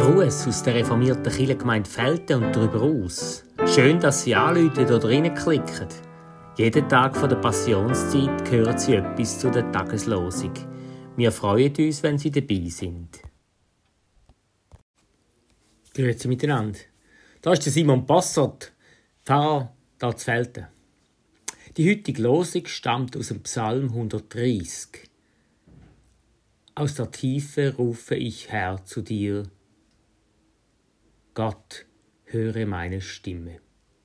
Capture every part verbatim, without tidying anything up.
Gruß aus der reformierten Kirchengemeinde Velten und darüber aus. Schön, dass Sie anrufen oder reinklicken. Jeden Tag von der Passionszeit hören Sie etwas zu der Tageslosung. Wir freuen uns, wenn Sie dabei sind. Grüezi miteinander. Da ist der Simon Bossert, Pfarrer hier zu Velten. Die heutige Losung stammt aus dem Psalm hundertdreißig. Aus der Tiefe rufe ich, Herr, zu dir. Gott, höre meine Stimme.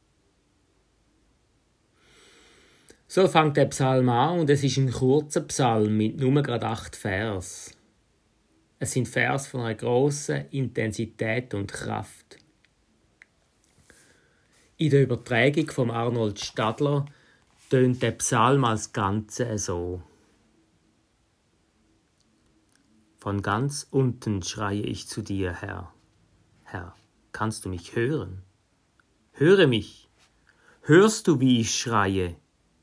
So fängt der Psalm an und es ist ein kurzer Psalm mit nur gerade acht Vers. Es sind Vers von einer grossen Intensität und Kraft. In der Übertragung von Arnold Stadler tönt der Psalm als Ganze so. Von ganz unten schreie ich zu dir, Herr. Herr, kannst du mich hören? Höre mich. Hörst du, wie ich schreie?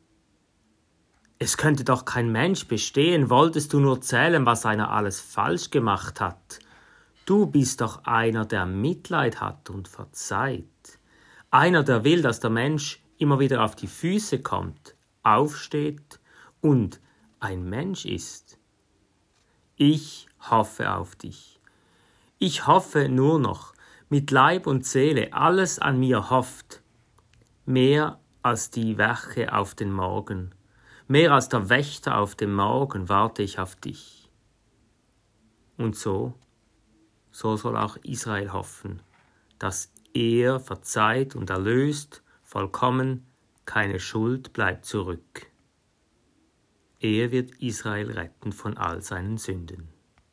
Es könnte doch kein Mensch bestehen, wolltest du nur zählen, was einer alles falsch gemacht hat. Du bist doch einer, der Mitleid hat und verzeiht. Einer, der will, dass der Mensch immer wieder auf die Füße kommt, aufsteht und ein Mensch ist. Ich hoffe auf dich. Ich hoffe nur noch, mit Leib und Seele alles an mir hofft, mehr als die Wache auf den Morgen, mehr als der Wächter auf dem Morgen warte ich auf dich. Und so, so soll auch Israel hoffen, dass er verzeiht und erlöst, vollkommen, keine Schuld bleibt zurück. Er wird Israel retten von all seinen Sünden.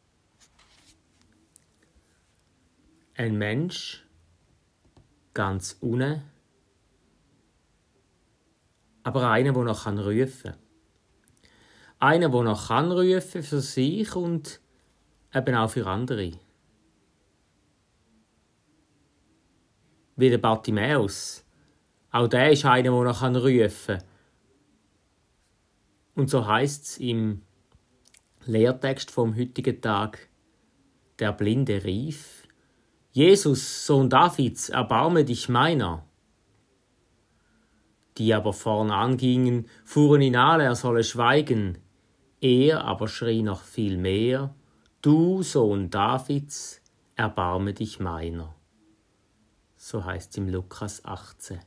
Ein Mensch, ganz unten, aber einer, der noch rufen kann. Einer, der noch rufen kann für sich und eben auch für andere. Wie der Bartimäus. Auch der ist einer, der noch rufen kann. Und so heisst es im Lehrtext vom heutigen Tag, der Blinde rief, Jesus, Sohn Davids, erbarme dich meiner. Die aber vorn angingen, fuhren ihn alle, er solle schweigen. Er aber schrie noch viel mehr, du, Sohn Davids, erbarme dich meiner. So heißt es im Lukas achtzehn.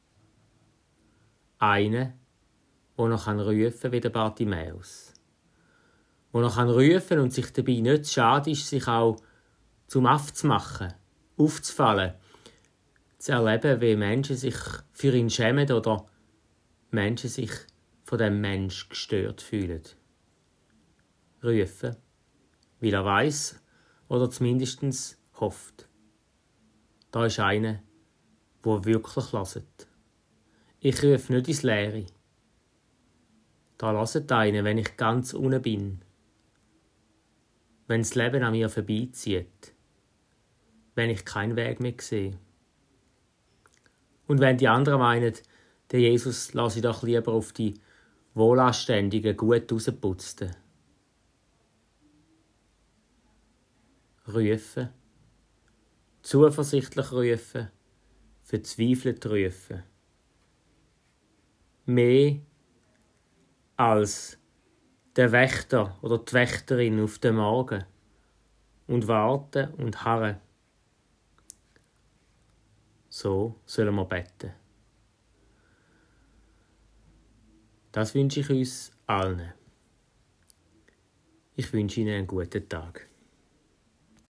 Eine, wo noch rufen kann wie der Bartimäus. Wo noch rufen kann und sich dabei nicht zu schade ist, sich auch zum Aff zu machen, aufzufallen, zu erleben, wie Menschen sich für ihn schämen oder Menschen sich von dem Mensch gestört fühlen. Rufen, weil er weiss oder zumindest hofft. Da ist einer, der wirklich hört. Ich rufe nicht ins Leere. Da hört einer, wenn ich ganz unten bin. Wenn das Leben an mir vorbeizieht. Wenn ich keinen Weg mehr sehe. Und wenn die anderen meinen, der Jesus lasse ich doch lieber auf die Wohlanständigen gut rausputzten. Rufen. Zuversichtlich rufen. Verzweifelt rufen. Mehr als der Wächter oder die Wächterin auf den Morgen. Und warten und harren. So sollen wir beten. Das wünsche ich uns allen. Ich wünsche Ihnen einen guten Tag.